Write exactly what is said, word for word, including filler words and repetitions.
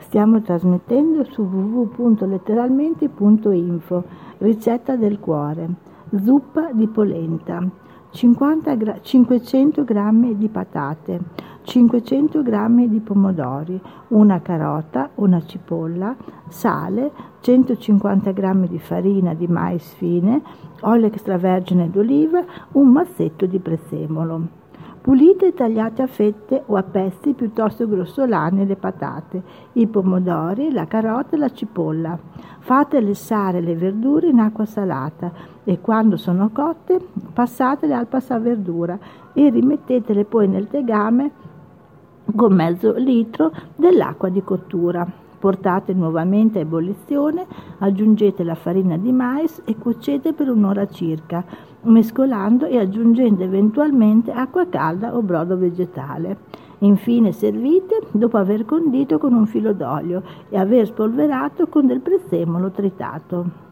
Stiamo trasmettendo su w w w punto letteralmente punto info. Ricetta del cuore. Zuppa di polenta. cinquanta gra- cinquecento grammi di patate, cinquecento grammi di pomodori, una carota, una cipolla, sale, centocinquanta grammi di farina di mais fine, olio extravergine d'oliva, un mazzetto di prezzemolo. Pulite e tagliate a fette o a pezzi piuttosto grossolani le patate, i pomodori, la carota e la cipolla. Fate lessare le verdure in acqua salata e quando sono cotte passatele al passaverdura e rimettetele poi nel tegame con mezzo litro dell'acqua di cottura. Portate nuovamente a ebollizione, aggiungete la farina di mais e cuocete per un'ora circa, mescolando e aggiungendo eventualmente acqua calda o brodo vegetale. Infine servite dopo aver condito con un filo d'olio e aver spolverato con del prezzemolo tritato.